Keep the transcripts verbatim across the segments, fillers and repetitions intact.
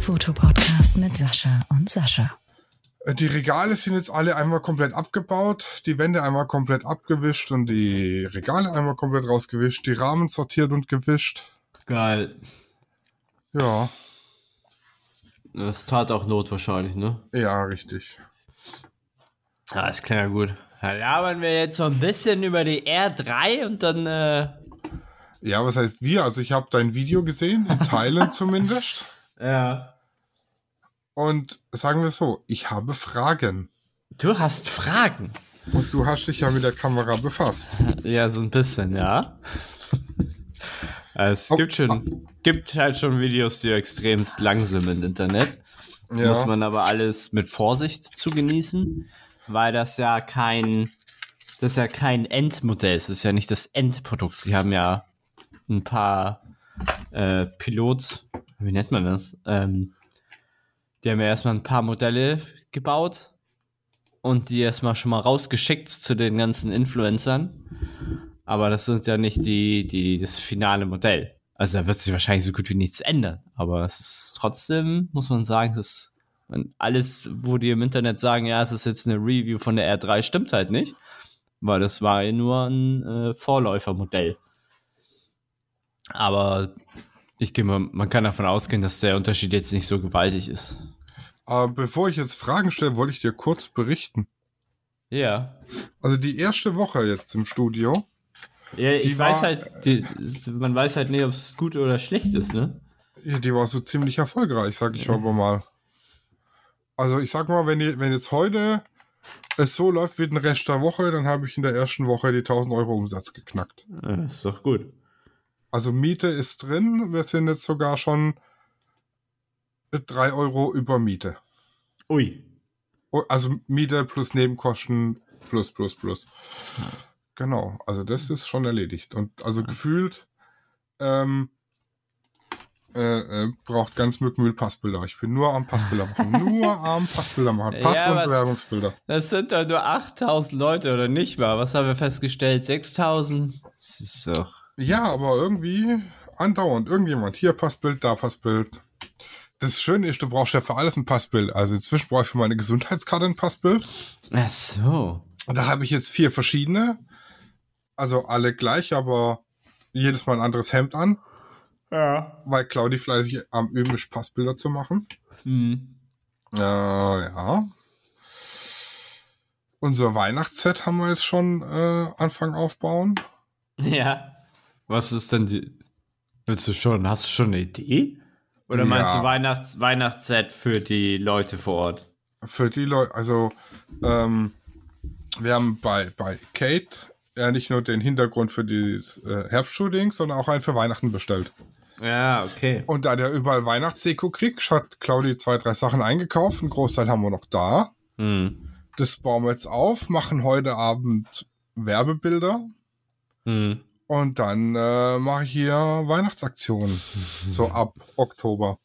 Fotopodcast mit Sascha und Sascha. Die Regale sind jetzt alle einmal komplett abgebaut, die Wände einmal komplett abgewischt und die Regale einmal komplett rausgewischt, die Rahmen sortiert und gewischt. Geil. Ja. Das tat auch Not wahrscheinlich, ne? Ja, richtig. Ja, das klingt ja gut. Dann labern wir jetzt so ein bisschen über die R drei und dann, äh... Ja, was heißt wir? Also ich habe dein Video gesehen, in Teilen zumindest. Ja. Und sagen wir so, ich habe Fragen. Du hast Fragen? Und du hast dich ja mit der Kamera befasst. Ja, so ein bisschen, ja. Es oh, gibt schon, gibt halt schon Videos, die extremst lang sind im Internet. Ja. Muss man aber alles mit Vorsicht zu genießen, weil das ja kein, das ist ja kein Endmodell ist. Das ist ja nicht das Endprodukt. Sie haben ja ein paar äh, Pilot, wie nennt man das? Ähm, die haben ja erstmal ein paar Modelle gebaut und die erstmal schon mal rausgeschickt zu den ganzen Influencern. Aber das sind ja nicht die, die, das finale Modell. Also da wird sich wahrscheinlich so gut wie nichts ändern. Aber es ist trotzdem, muss man sagen, das alles, wo die im Internet sagen, ja, es ist jetzt eine Review von der R drei, stimmt halt nicht. Weil das war ja nur ein äh, Vorläufermodell. Aber ich gehe mal, man kann davon ausgehen, dass der Unterschied jetzt nicht so gewaltig ist. Aber bevor ich jetzt Fragen stelle, wollte ich dir kurz berichten. Ja. Also die erste Woche jetzt im Studio. Ja, ich die weiß war, halt, die, man weiß halt nicht, ob es gut oder schlecht ist, ne? Die war so ziemlich erfolgreich, sag ich aber mal. Also ich sag mal, wenn, die, wenn jetzt heute es so läuft wie den Rest der Woche, dann habe ich in der ersten Woche die tausend Euro Umsatz geknackt. Ja, ist doch gut. Also Miete ist drin, wir sind jetzt sogar schon drei Euro über Miete. Ui. Also Miete plus Nebenkosten plus, plus, plus. Ja. Genau, also das ist schon erledigt. Und also ja. gefühlt ähm, äh, äh, braucht ganz Mückmühl Passbilder. Ich bin nur am Passbilder machen. nur am Passbilder machen. Pass- ja, und was, Bewerbungsbilder. Das sind doch nur achttausend Leute, oder nicht mal? Was haben wir festgestellt? sechstausend? Das ist doch... Ja, aber irgendwie andauernd. Irgendjemand. Hier Passbild, da Passbild. Das Schöne ist, du brauchst ja für alles ein Passbild. Also inzwischen brauche ich für meine Gesundheitskarte ein Passbild. Ach so. Da habe ich jetzt vier verschiedene. Also alle gleich, aber jedes Mal ein anderes Hemd an. Ja. Weil Claudi fleißig am Üben ist, Passbilder zu machen. Hm. Äh, ja. Unser Weihnachtsset haben wir jetzt schon äh, anfangen aufbauen. Ja. Was ist denn die... Willst du schon, hast du schon eine Idee? Oder meinst ja. du Weihnachts Weihnachtsset für die Leute vor Ort? Für die Leute, also ähm, wir haben bei, bei Kate ja nicht nur den Hintergrund für das äh, Herbstshooting, sondern auch einen für Weihnachten bestellt. Ja, okay. Und da der überall Weihnachtsdeko kriegt, hat Claudi zwei, drei Sachen eingekauft. Einen Großteil haben wir noch da. Hm. Das bauen wir jetzt auf, machen heute Abend Werbebilder. Hm. Und dann äh, mache ich hier Weihnachtsaktionen. So ab Oktober.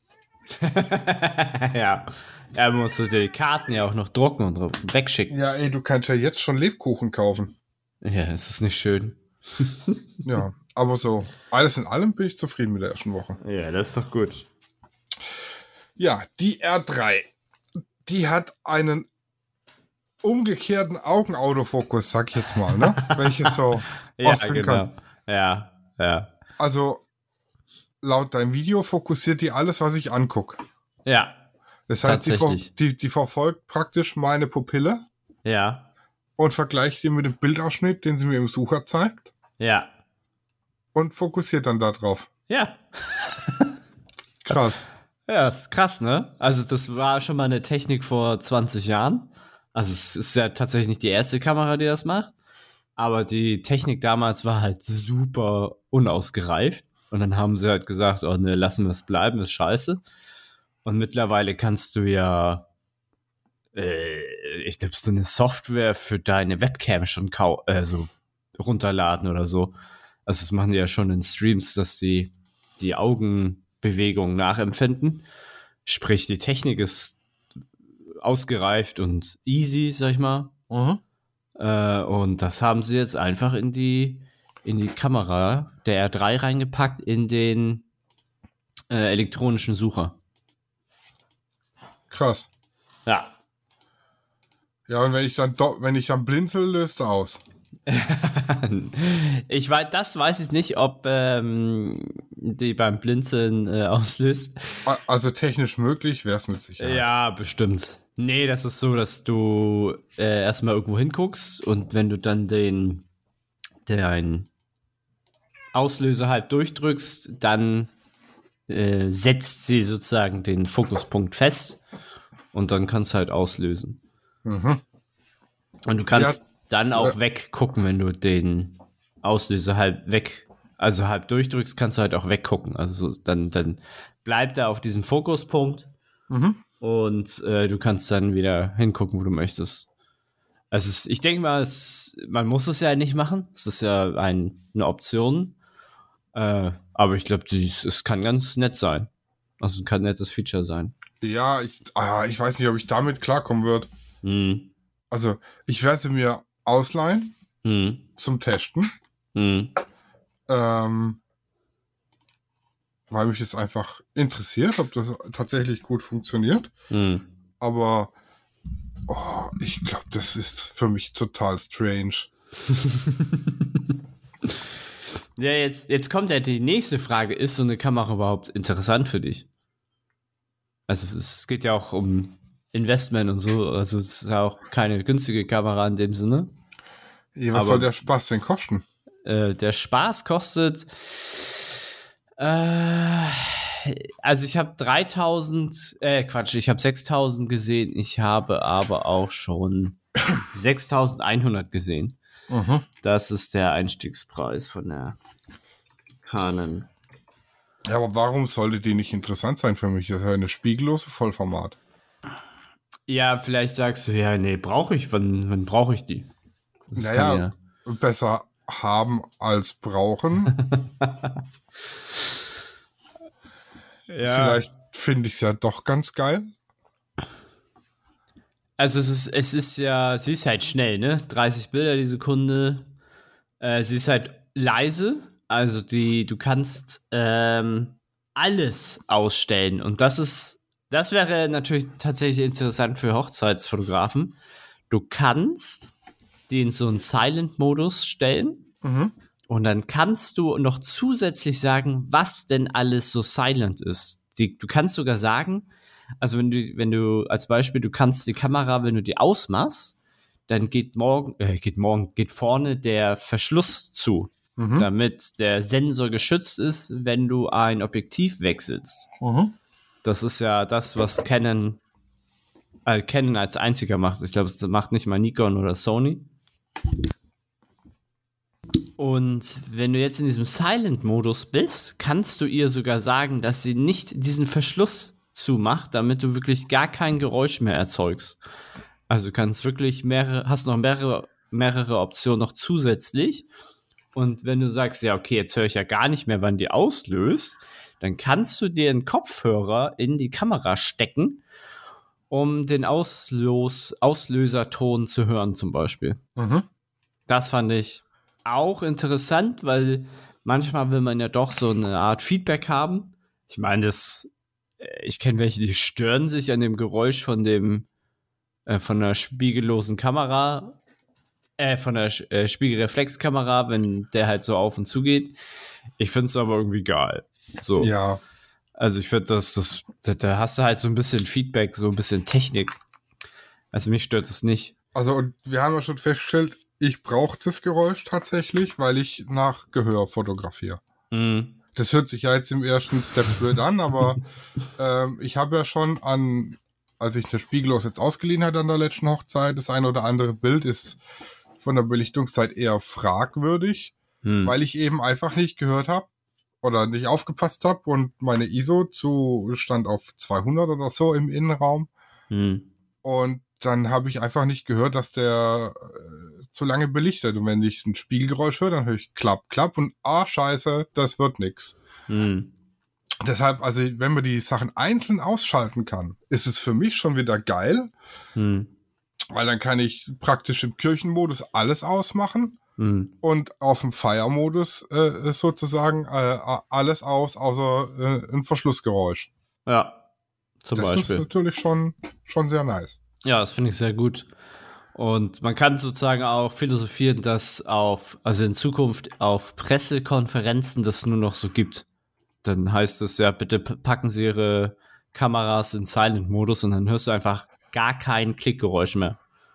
ja. Er muss die Karten ja auch noch drucken und wegschicken. Ja, ey, du kannst ja jetzt schon Lebkuchen kaufen. Ja, es ist nicht schön. Ja, aber so, alles in allem bin ich zufrieden mit der ersten Woche. Ja, das ist doch gut. Ja, die R drei, die hat einen umgekehrten Augenautofokus, sag ich jetzt mal, ne? Wenn ich es so ja, ausdrücken genau. kann. Ja, ja. Also, laut deinem Video fokussiert die alles, was ich angucke. Ja. Das heißt, die, ver die, die verfolgt praktisch meine Pupille. Ja. Und vergleicht die mit dem Bildausschnitt, den sie mir im Sucher zeigt. Ja. Und fokussiert dann da drauf. Ja. Krass. Ja, ist krass, ne? Also das war schon mal eine Technik vor zwanzig Jahren. Also es ist ja tatsächlich nicht die erste Kamera, die das macht. Aber die Technik damals war halt super unausgereift. Und dann haben sie halt gesagt, oh ne, lassen wir es bleiben, ist scheiße. Und mittlerweile kannst du ja äh, ich glaube, so eine Software für deine Webcam schon kau äh, so runterladen oder so. Also das machen die ja schon in Streams, dass die die Augenbewegung nachempfinden. Sprich, die Technik ist ausgereift und easy, sag ich mal. Mhm. Äh, und das haben sie jetzt einfach in die in die Kamera der R drei reingepackt, in den äh, elektronischen Sucher. krass. Ja. Ja, und wenn ich dann do- wenn ich dann blinzel, löst er aus. Ich weiß, das weiß ich nicht, ob ähm, die beim Blinzeln äh, auslöst. A- Also technisch möglich wäre es mit Sicherheit. Ja, bestimmt. Nee, das ist so, dass du äh, erstmal irgendwo hinguckst und wenn du dann den, den Auslöser halt durchdrückst, dann äh, setzt sie sozusagen den Fokuspunkt fest und dann kannst du halt auslösen. Mhm. Und du kannst Ja, dann auch äh, weggucken, wenn du den Auslöser halb weg, also halb durchdrückst, kannst du halt auch weggucken. Also so, dann, dann bleibt er auf diesem Fokuspunkt Mhm. und äh, du kannst dann wieder hingucken, wo du möchtest. Also es, ich denke mal, es, man muss es ja nicht machen. Es ist ja ein, eine Option. Äh, aber ich glaube, es kann ganz nett sein. Also es kann ein nettes Feature sein. Ja, ich, ah, ich weiß nicht, ob ich damit klarkommen würde. Hm. Also, ich werde sie mir ausleihen Hm. zum Testen, Hm. ähm, weil mich das einfach interessiert, ob das tatsächlich gut funktioniert. Hm. Aber oh, ich glaube, das ist für mich total strange. Ja, jetzt, jetzt kommt ja die nächste Frage. Ist so eine Kamera überhaupt interessant für dich? Also es geht ja auch um Investment und so. Also es ist ja auch keine günstige Kamera in dem Sinne. Ja, was Aber- soll der Spaß denn kosten? Äh, der Spaß kostet äh, also ich habe dreitausend, äh Quatsch, ich habe sechstausend gesehen. Ich habe aber auch schon sechstausendeinhundert gesehen. Mhm. Das ist der Einstiegspreis von der Canon. Ja, aber warum sollte die nicht interessant sein für mich? Das ist ja eine spiegellose Vollformat. Ja, vielleicht sagst du, ja, nee, brauche ich, wann, wann brauche ich die? Das kann Naja, ja. besser haben als brauchen. Vielleicht finde ich es ja doch ganz geil. Also es ist, es ist ja, sie ist halt schnell, ne? dreißig Bilder die Sekunde. Äh, sie ist halt leise. Also die, du kannst ähm, alles ausstellen. Und das ist, das wäre natürlich tatsächlich interessant für Hochzeitsfotografen. Du kannst die in so einen Silent-Modus stellen. Mhm. Und dann kannst du noch zusätzlich sagen, was denn alles so silent ist. Die, du kannst sogar sagen, also wenn du, wenn du als Beispiel, du kannst die Kamera, wenn du die ausmachst, dann geht morgen, äh, geht morgen, geht vorne der Verschluss zu, Mhm. damit der Sensor geschützt ist, wenn du ein Objektiv wechselst. Mhm. Das ist ja das, was Canon, äh, Canon als einziger macht. Ich glaube, das macht nicht mal Nikon oder Sony. Und wenn du jetzt in diesem Silent-Modus bist, kannst du ihr sogar sagen, dass sie nicht diesen Verschluss zumacht, damit du wirklich gar kein Geräusch mehr erzeugst. Also du kannst wirklich mehrere, hast noch mehrere, mehrere Optionen noch zusätzlich. Und wenn du sagst, ja, okay, jetzt höre ich ja gar nicht mehr, wann die auslöst, dann kannst du dir einen Kopfhörer in die Kamera stecken, um den Auslös, Auslöserton zu hören zum Beispiel. Mhm. Das fand ich auch interessant, weil manchmal will man ja doch so eine Art Feedback haben. Ich meine, das, äh, ich kenne welche, die stören sich an dem Geräusch von dem, äh, von der spiegellosen Kamera, äh, von der äh, Spiegelreflexkamera, wenn der halt so auf und zu geht. Ich finde es aber irgendwie geil. So. Ja, Also ich finde, das, das, da- da hast du halt so ein bisschen Feedback, so ein bisschen Technik. Also mich stört es nicht. also und wir haben ja schon festgestellt, ich brauche das Geräusch tatsächlich, weil ich nach Gehör fotografiere. Mhm. Das hört sich ja jetzt im ersten Step blöd an, aber ähm, ich habe ja schon an, als ich eine Spiegellos jetzt ausgeliehen hatte an der letzten Hochzeit, das eine oder andere Bild ist von der Belichtungszeit eher fragwürdig, Hm. weil ich eben einfach nicht gehört habe oder nicht aufgepasst habe und meine I S O zu stand auf zweihundert oder so im Innenraum Hm. und dann habe ich einfach nicht gehört, dass der äh, zu lange belichtet. Und wenn ich ein Spiegelgeräusch höre, dann höre ich klapp, klapp und ah, scheiße, das wird nix. Hm. Deshalb, also wenn man die Sachen einzeln ausschalten kann, ist es für mich schon wieder geil, Hm. weil dann kann ich praktisch im Kirchenmodus alles ausmachen Hm. und auf dem Feiermodus äh, sozusagen äh, alles aus, außer äh, ein Verschlussgeräusch. Ja. zum das Beispiel. ist natürlich schon, schon sehr nice. Ja, das finde ich sehr gut. Und man kann sozusagen auch philosophieren, dass auf, also in Zukunft auf Pressekonferenzen das nur noch so gibt. Dann heißt es ja, bitte packen Sie Ihre Kameras in Silent-Modus und dann hörst du einfach gar kein Klickgeräusch mehr.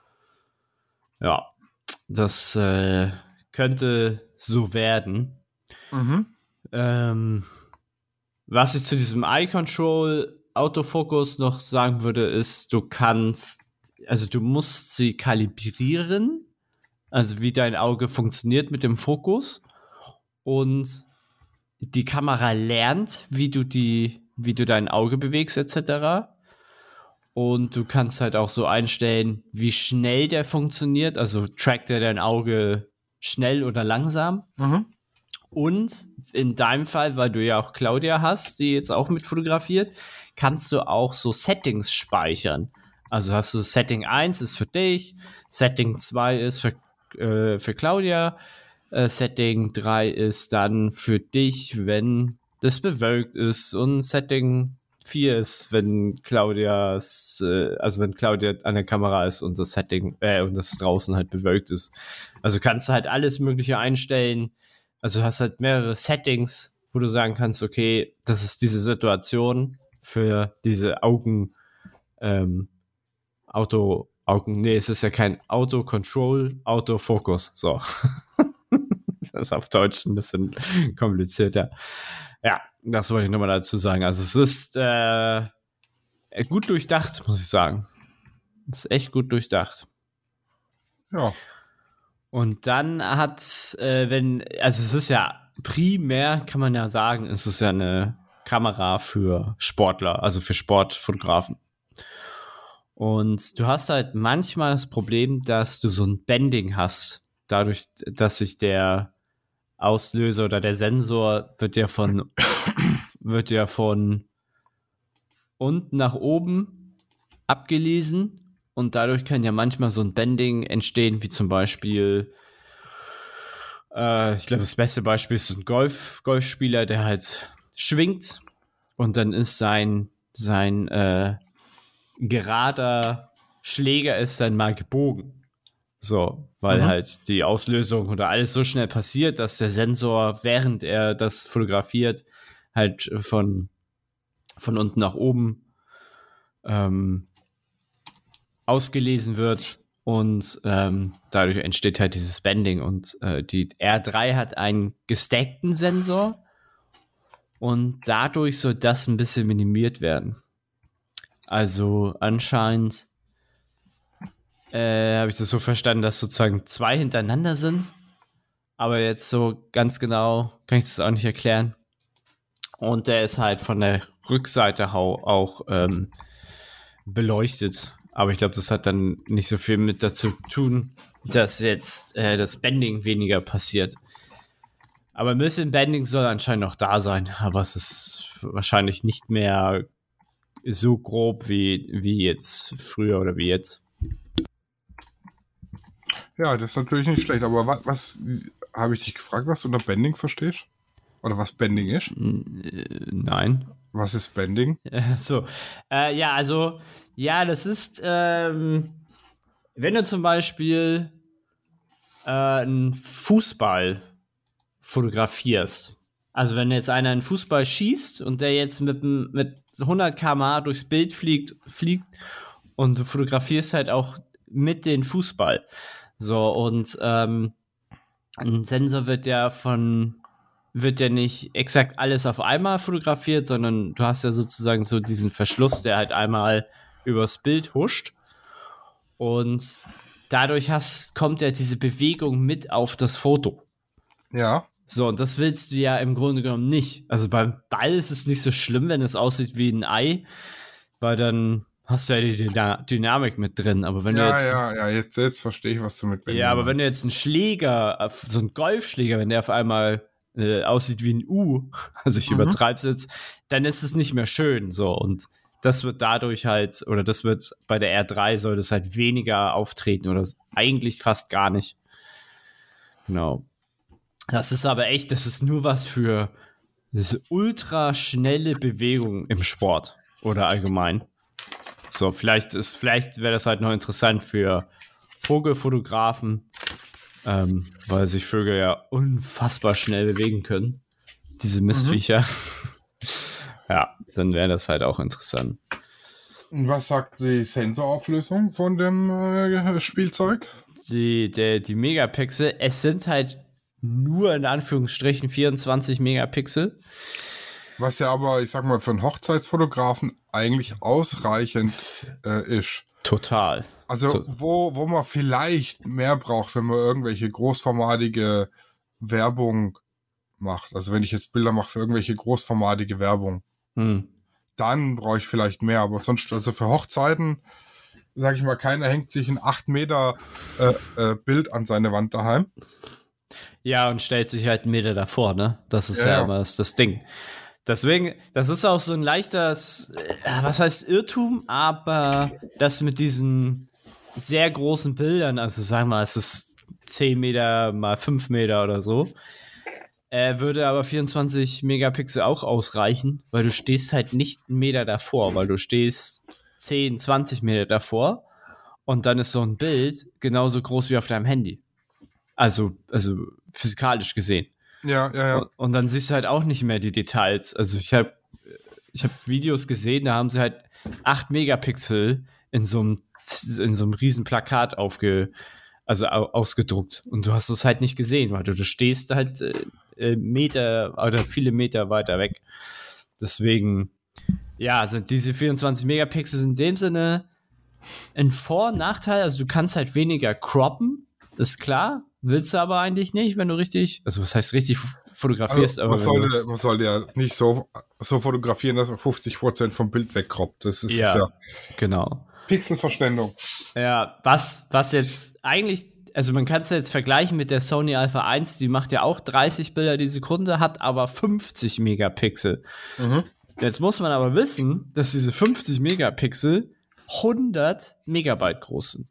Ja, das äh, könnte so werden. Mhm. Ähm, was ich zu diesem Eye-Control Autofokus noch sagen würde, ist, du kannst, also du musst sie kalibrieren, also wie dein Auge funktioniert mit dem Fokus, und die Kamera lernt, wie du die, wie du dein Auge bewegst et cetera. Und du kannst halt auch so einstellen, wie schnell der funktioniert, also trackt er dein Auge schnell oder langsam. Mhm. Und in deinem Fall, weil du ja auch Claudia hast, die jetzt auch mit fotografiert, kannst du auch so Settings speichern. Also hast du Setting eins ist für dich, Setting zwei ist für, äh, für Claudia, äh, Setting drei ist dann für dich, wenn das bewölkt ist, und Setting vier ist, wenn Claudias, äh, also wenn Claudia an der Kamera ist und das Setting, äh, und das draußen halt bewölkt ist. Also kannst du halt alles Mögliche einstellen. Also du hast halt mehrere Settings, wo du sagen kannst, okay, das ist diese Situation für diese Augen, ähm, Auto, Augen, nee, es ist ja kein Auto-Control, Autofokus, so. Das ist auf Deutsch ein bisschen komplizierter. Ja, das wollte ich nochmal dazu sagen. Also es ist äh, gut durchdacht, muss ich sagen. Es ist echt gut durchdacht. Ja. Und dann hat, äh, wenn, also es ist ja primär, kann man ja sagen, es ist ja eine Kamera für Sportler, also für Sportfotografen. Und du hast halt manchmal das Problem, dass du so ein Bending hast, dadurch, dass sich der Auslöser oder der Sensor wird ja von wird ja von unten nach oben abgelesen, und dadurch kann ja manchmal so ein Bending entstehen, wie zum Beispiel, äh, ich glaube, das beste Beispiel ist so ein Golf, Golfspieler, der halt schwingt und dann ist sein, sein äh, gerader Schläger ist dann mal gebogen. So, weil Mhm. halt die Auslösung oder alles so schnell passiert, dass der Sensor, während er das fotografiert, halt von, von unten nach oben ähm, ausgelesen wird, und ähm, dadurch entsteht halt dieses Bending, und äh, die R drei hat einen gestackten Sensor und dadurch soll das ein bisschen minimiert werden. Also anscheinend äh, habe ich das so verstanden, dass sozusagen zwei hintereinander sind, aber jetzt so ganz genau kann ich das auch nicht erklären. Und der ist halt von der Rückseite auch ähm, beleuchtet. Aber ich glaube, das hat dann nicht so viel mit dazu tun, dass jetzt äh, das Bending weniger passiert. Aber ein bisschen Bending soll anscheinend noch da sein. Aber es ist wahrscheinlich nicht mehr so grob wie, wie jetzt früher oder wie jetzt. Ja, das ist natürlich nicht schlecht. Aber was, was habe ich dich gefragt, was du unter Bending verstehst? Oder was Bending ist? Nein. Was ist Bending? So, äh, ja, also, ja, das ist, ähm, wenn du zum Beispiel äh, einen Fußball fotografierst, also wenn jetzt einer einen Fußball schießt und der jetzt mit, mit hundert Kilometer pro Stunde durchs Bild fliegt, fliegt und du fotografierst halt auch mit den Fußball. So, und ähm, ein Sensor wird ja von wird ja nicht exakt alles auf einmal fotografiert, sondern du hast ja sozusagen so diesen Verschluss, der halt einmal übers Bild huscht, und dadurch hast, kommt ja diese Bewegung mit auf das Foto. Ja. So, und das willst du ja im Grunde genommen nicht. Also beim Ball ist es nicht so schlimm, wenn es aussieht wie ein Ei, weil dann hast du ja die Dyna- Dynamik mit drin. Aber wenn ja, du jetzt ja, ja, jetzt, jetzt verstehe ich, was du mit Bending Ja, aber wenn du meinst. jetzt einen Schläger, so einen Golfschläger, wenn der auf einmal äh, aussieht wie ein U, also ich Mhm. übertreib's jetzt, dann ist es nicht mehr schön, so, und das wird dadurch halt, oder das wird bei der R drei soll das halt weniger auftreten oder eigentlich fast gar nicht. Genau. Das ist aber echt, das ist nur was für diese ultra schnelle Bewegung im Sport. Oder allgemein. So, vielleicht ist, vielleicht wäre das halt noch interessant für Vogelfotografen, ähm, weil sich Vögel ja unfassbar schnell bewegen können. Diese Mistviecher. Mhm. Ja, dann wäre das halt auch interessant. Und was sagt die Sensorauflösung von dem äh, Spielzeug? Die, der, die Megapixel, es sind halt nur in Anführungsstrichen vierundzwanzig Megapixel. Was ja aber, ich sag mal, für einen Hochzeitsfotografen eigentlich ausreichend äh, ist. Total. Also, to- wo, wo man vielleicht mehr braucht, wenn man irgendwelche großformatige Werbung macht. Also, wenn ich jetzt Bilder mache für irgendwelche großformatige Werbung, hm. dann brauche ich vielleicht mehr. Aber sonst, also für Hochzeiten, sag ich mal, keiner hängt sich ein acht Meter äh, äh, Bild an seine Wand daheim. Ja, und stellt sich halt einen Meter davor, ne? Das ist ja, Ja, ja. immer das, das Ding. Deswegen, das ist auch so ein leichtes, äh, was heißt Irrtum, aber das mit diesen sehr großen Bildern, also sagen wir mal, es ist zehn Meter mal fünf Meter oder so, äh, würde aber vierundzwanzig Megapixel auch ausreichen, weil du stehst halt nicht einen Meter davor, weil du stehst zehn, zwanzig Meter davor und dann ist so ein Bild genauso groß wie auf deinem Handy. Also, also physikalisch gesehen. Ja, ja, ja. Und, und dann siehst du halt auch nicht mehr die Details. Also ich habe ich hab Videos gesehen, da haben sie halt acht Megapixel in so einem in so einem riesen Plakat aufge, also au, ausgedruckt. Und du hast es halt nicht gesehen, weil du, du stehst halt äh, Meter oder viele Meter weiter weg. Deswegen, ja, sind diese vierundzwanzig Megapixel in dem Sinne ein Vor- und Nachteil. Also du kannst halt weniger croppen, ist klar. Willst du aber eigentlich nicht, wenn du richtig, also was heißt richtig fotografierst? Also, aber man, sollte, man sollte ja nicht so, so fotografieren, dass man fünfzig Prozent vom Bild wegkroppt. Das ist ja, ja genau. Pixelverschwendung. Ja, was, was jetzt eigentlich, also man kann es ja jetzt vergleichen mit der Sony Alpha eins, die macht ja auch dreißig Bilder die Sekunde, hat aber fünfzig Megapixel. Mhm. Jetzt muss man aber wissen, dass diese fünfzig Megapixel hundert Megabyte groß sind.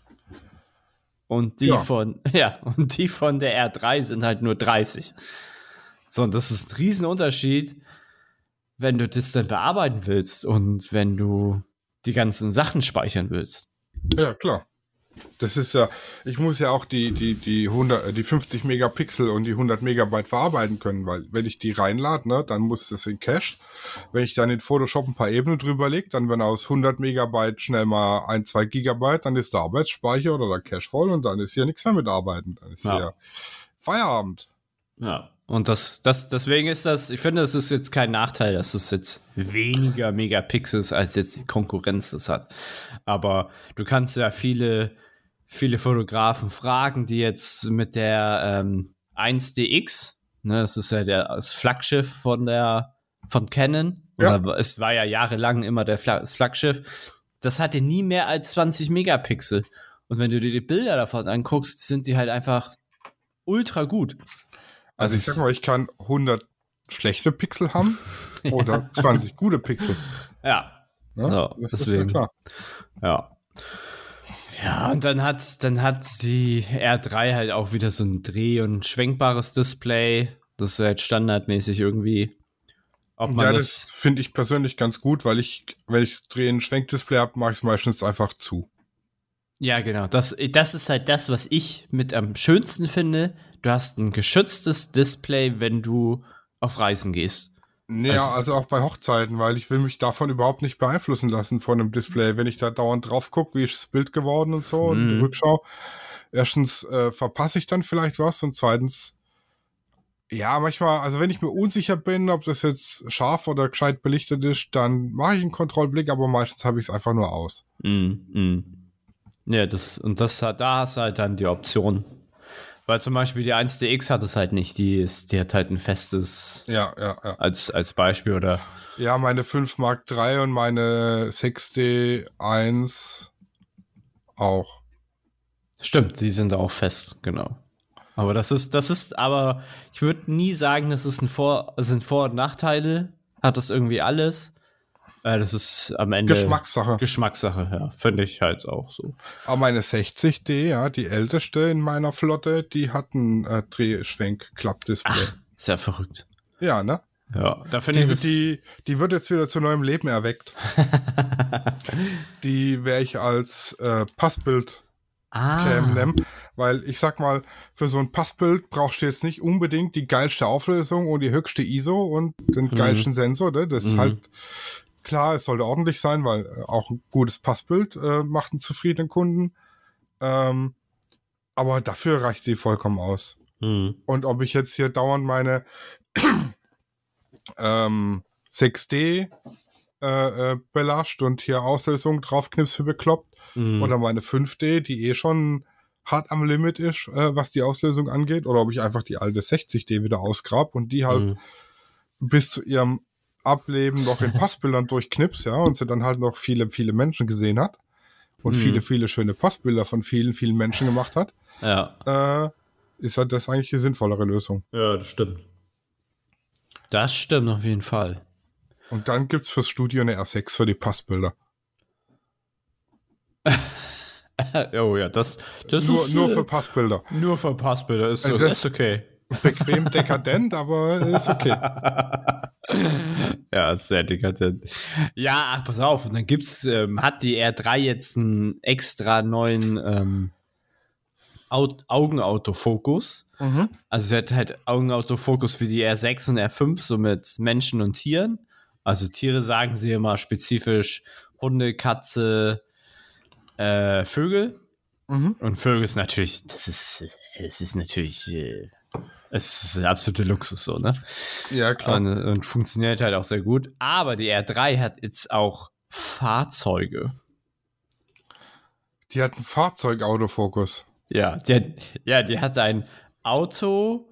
Und die Ja. von, ja, und die von der R drei sind halt nur dreißig. So, und das ist ein Riesenunterschied, wenn du das dann bearbeiten willst und wenn du die ganzen Sachen speichern willst. Ja, klar. Das ist ja, ich muss ja auch die, die, die hundert, die fünfzig Megapixel und die hundert Megabyte verarbeiten können, weil wenn ich die reinlade, ne, dann muss das in Cache. Wenn ich dann in Photoshop ein paar Ebenen drüber lege, dann werden aus hundert Megabyte schnell mal ein, zwei Gigabyte, dann ist der Arbeitsspeicher oder der Cache voll und dann ist hier nichts mehr mit Arbeiten. Dann ist Ja. hier Feierabend. Ja, und das, das, deswegen ist das, ich finde, es ist jetzt kein Nachteil, dass es jetzt weniger Megapixels als jetzt die Konkurrenz das hat. Aber du kannst ja viele, viele Fotografen fragen, die jetzt mit der ähm, eins D X, ne, das ist ja der, das Flaggschiff von der, von Canon, Ja. oder es war ja jahrelang immer der Fla- das Flaggschiff, das hatte nie mehr als zwanzig Megapixel. Und wenn du dir die Bilder davon anguckst, sind die halt einfach ultra gut. Also ich sag mal, ich kann hundert schlechte Pixel haben oder zwanzig gute Pixel. Ja, Ne? so, Das deswegen. ist ja klar. Ja. Ja, und dann hat, dann hat die R drei halt auch wieder so ein dreh- und schwenkbares Display. Das ist halt standardmäßig irgendwie. Ob man Ja, das, das finde ich persönlich ganz gut, weil ich, wenn ich drehen Schwenkdisplay habe, mache ich es meistens einfach zu. ja, genau. Das, das ist halt das, was ich mit am schönsten finde. Du hast ein geschütztes Display, wenn du auf Reisen gehst. Ja, Also- also auch bei Hochzeiten, weil ich will mich davon überhaupt nicht beeinflussen lassen von dem Display. Wenn ich da dauernd drauf gucke, wie ist das Bild geworden und so, und die Mhm. Rückschau. Erstens äh, verpasse ich dann vielleicht was und zweitens, ja, manchmal, also wenn ich mir unsicher bin, ob das jetzt scharf oder gescheit belichtet ist, dann mache ich einen Kontrollblick, aber meistens habe ich es einfach nur aus. Mm, mm. Ja, das, und das hat, da hast du halt dann die Option. Weil zum Beispiel die eins D X hat es halt nicht, die ist, die hat halt ein festes, Ja, ja, ja. als, als Beispiel, oder? Ja, meine fünf Mark drei und meine sechs D eins auch. Stimmt, die sind auch fest, genau. Aber das ist, das ist, aber ich würde nie sagen, das ist ein Vor, das sind Vor- und Nachteile, hat das irgendwie alles. Äh, das ist am Ende Geschmackssache. Geschmackssache, ja, finde ich halt auch so. Aber meine sechzig D, ja, die älteste in meiner Flotte, die hat ein äh, Drehschwenk-Klappdisplay. Ach, ist ja verrückt. Ja, ne? Ja, da finde Die, ich die, die wird jetzt wieder zu neuem Leben erweckt. Die werde ich als äh, Passbild ah. Cam nehmen, weil ich sag mal, für so ein Passbild brauchst du jetzt nicht unbedingt die geilste Auflösung und die höchste I S O und den Mhm. geilsten Sensor. Ne? Das ist Mhm. halt klar, es sollte ordentlich sein, weil äh, auch ein gutes Passbild äh, macht einen zufriedenen Kunden. Ähm, aber dafür reicht die vollkommen aus. Mhm. Und ob ich jetzt hier dauernd meine ähm, sechs D äh, äh, belascht und hier Auslösung draufknips für bekloppt Mhm. oder meine fünf D, die eh schon hart am Limit ist, äh, was die Auslösung angeht, oder ob ich einfach die alte sechzig D wieder ausgrab und die halt Mhm. bis zu ihrem Ableben noch in Passbildern durchknips, ja, und sie dann halt noch viele, viele Menschen gesehen hat und Mhm. viele, viele schöne Passbilder von vielen, vielen Menschen gemacht hat, Ja. äh, ist halt das eigentlich die sinnvollere Lösung. Ja, das stimmt. Das stimmt auf jeden Fall. Und dann gibt's fürs Studio eine R sechs für die Passbilder. Oh ja, das, das Nur, ist nur äh, für Passbilder. nur für Passbilder ist, Äh, das, das- ist okay. Bequem dekadent, aber ist okay. Ja, ist sehr dekadent. Ja, ach, pass auf. Und dann gibt's, ähm, hat die R drei jetzt einen extra neuen ähm, Aut- Augenautofokus. Mhm. Also sie hat halt Augenautofokus für die R sechs und R fünf, so mit Menschen und Tieren. Also Tiere sagen sie immer spezifisch Hunde, Katze, äh, Vögel. Mhm. Und Vögel ist natürlich, das ist, es ist natürlich, äh, es ist ein absoluter Luxus so, ne? Ja, klar. Und, und funktioniert halt auch sehr gut. Aber die R drei hat jetzt auch Fahrzeuge. Die hat einen Fahrzeugautofokus. Ja, die hat, ja, die hat ein Auto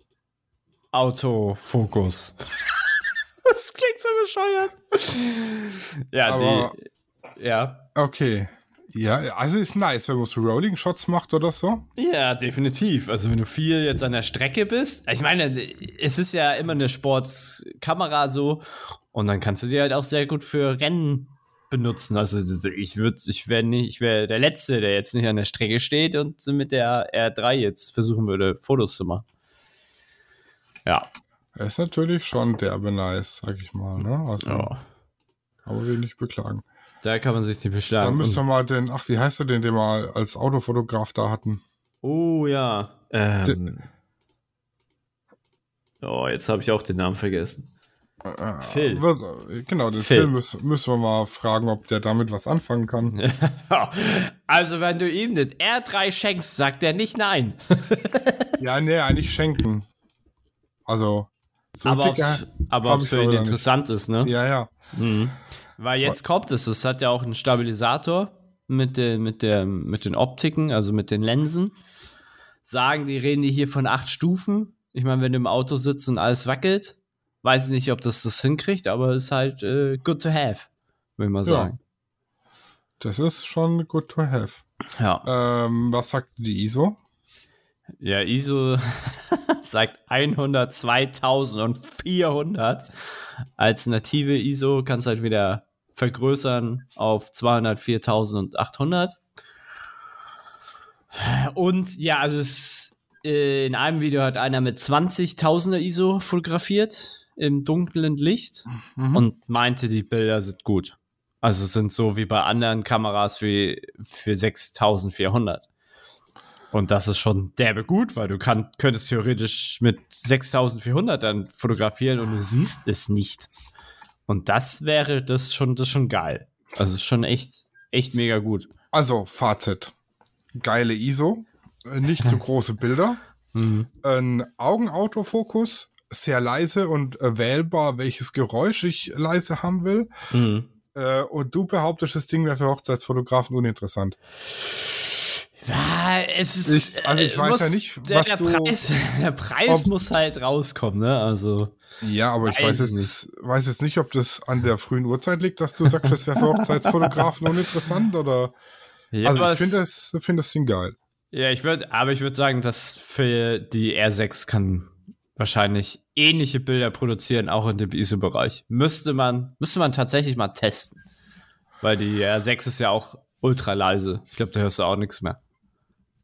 Autofokus. Das klingt so bescheuert. Ja, Aber- die ja. Okay. Ja, also ist nice, wenn man so Rolling-Shots macht oder so. Ja, definitiv. Also wenn du viel jetzt an der Strecke bist, ich meine, es ist ja immer eine Sportskamera so und dann kannst du die halt auch sehr gut für Rennen benutzen. Also ich würde, ich wäre nicht, ich wäre der Letzte, der jetzt nicht an der Strecke steht und mit der R drei jetzt versuchen würde, Fotos zu machen. Ja. Das ist natürlich schon derbe nice, sag ich mal. Ne? Also Ja. kann man sich nicht beklagen. Da kann man sich nicht Dann beschlagen. müssen wir mal den, ach, wie heißt der den, den wir als Autofotograf da hatten? Oh ja. Ähm. Oh, jetzt habe ich auch den Namen vergessen. Äh, Phil. Wird, genau, den Phil. Phil müssen, müssen wir mal fragen, ob der damit was anfangen kann. Also, wenn du ihm das R drei schenkst, sagt er nicht nein. Ja, nee, eigentlich schenken. Also, so aber dicker- ob's, aber hab ob's ich für aber ihn da nicht. interessant ist, ne? Ja, ja. Mhm. Weil jetzt kommt es, es hat ja auch einen Stabilisator mit, den, mit, der, mit den Optiken, also mit den Linsen. Sagen die, reden die hier von acht Stufen. Ich meine, wenn du im Auto sitzt und alles wackelt, weiß ich nicht, ob das das hinkriegt, aber ist halt äh, good to have, will ich mal Ja. sagen. Das ist schon good to have. Ja, Ähm, was sagt die I S O? ja I S O sagt hundertzweitausendvierhundert. Als native I S O kannst du halt wieder vergrößern auf zweihundertviertausendachthundert. Und ja, also es, äh, in einem Video hat einer mit zwanzigtausender I S O fotografiert im dunklen Licht Mhm. und meinte, die Bilder sind gut. Also es sind so wie bei anderen Kameras wie für sechstausendvierhundert. Und das ist schon derbe gut, weil du kann, könntest theoretisch mit sechstausendvierhundert dann fotografieren und du siehst es nicht. Und das wäre das schon, das schon geil. Also schon echt, echt mega gut. Also, Fazit. Geile I S O, äh, nicht zu große Bilder, Mhm. ein Augenautofokus, sehr leise und äh, wählbar, welches Geräusch ich leise haben will. Mhm. Äh, und du behauptest, das Ding wäre für Hochzeitsfotografen uninteressant. Ja, es ist, Ich- also ich äh, weiß muss- ja nicht, der, was der du- Preis, der Preis ob- muss halt rauskommen, ne? Also, Ja, aber ich Weiß weiß ich jetzt, weiß jetzt nicht, ob das an der frühen Uhrzeit liegt, dass du sagst, das wäre für Hochzeitsfotografen uninteressant oder. ja, Also aber ich finde es- das, finde das Ding geil. ja, ich würde, aber ich würde sagen, dass für die R sechs kann wahrscheinlich ähnliche Bilder produzieren, auch in dem I S O-Bereich. Müsste man, müsste man tatsächlich mal testen. Weil die R sechs ist ja auch ultra leise. Ich glaube, da hörst du auch nichts mehr.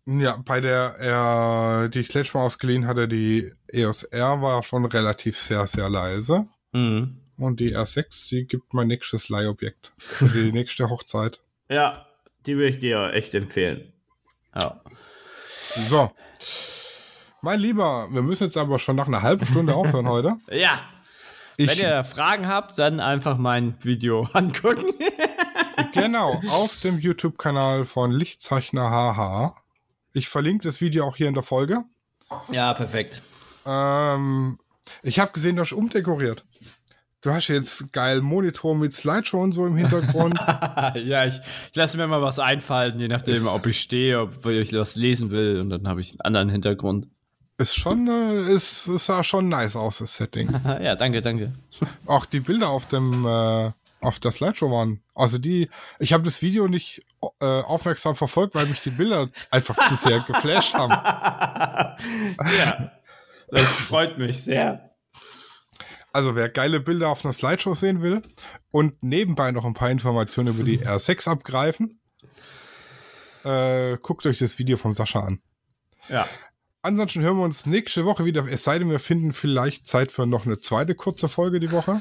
Ja, bei der R, die ich letztes Mal ausgeliehen hatte, die E O S R war schon relativ sehr, sehr leise. Mhm. Und die R sechs, die gibt mein nächstes Leihobjekt für die nächste Hochzeit. Ja, die würde ich dir echt empfehlen. Ja. So. Mein Lieber, wir müssen jetzt aber schon nach einer halben Stunde aufhören heute. Ja. Ich, Wenn ihr Fragen habt, dann einfach mein Video angucken. Genau, auf dem YouTube-Kanal von Lichtzeichner H H. Ich verlinke das Video auch hier in der Folge. Ja, perfekt. Ähm, ich habe gesehen, du hast umdekoriert. Du hast jetzt geil Monitor mit Slideshow und so im Hintergrund. Ja, ich, ich lasse mir mal was einfallen, je nachdem, Ist- ob ich stehe, ob ich was lesen will, und dann habe ich einen anderen Hintergrund. Ist schon, äh, ist, es sah schon nice aus, das Setting. Ja, danke, danke. Auch die Bilder auf dem, äh, auf der Slideshow waren. Also die, ich habe das Video nicht äh, aufmerksam verfolgt, weil mich die Bilder einfach zu sehr geflasht haben. Ja, das freut mich sehr. Also wer geile Bilder auf einer Slideshow sehen will und nebenbei noch ein paar Informationen über die R sechs abgreifen, äh, guckt euch das Video von Sascha an. Ja. Ansonsten hören wir uns nächste Woche wieder, es sei denn, wir finden vielleicht Zeit für noch eine zweite kurze Folge die Woche.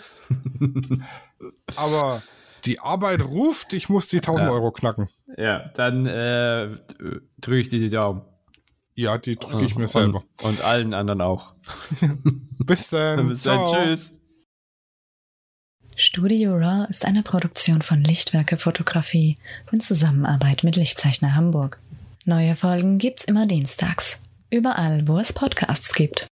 Aber die Arbeit ruft, ich muss die tausend Ja. Euro knacken. Ja, dann äh, drücke ich dir die Daumen. Ja, die drücke ich mir und, selber. Und allen anderen auch. Bis dann. Bis dann, Ciao. tschüss. Studio Raw ist eine Produktion von Lichtwerke Fotografie in Zusammenarbeit mit Lichtzeichner Hamburg. Neue Folgen gibt's immer dienstags. Überall, wo es Podcasts gibt.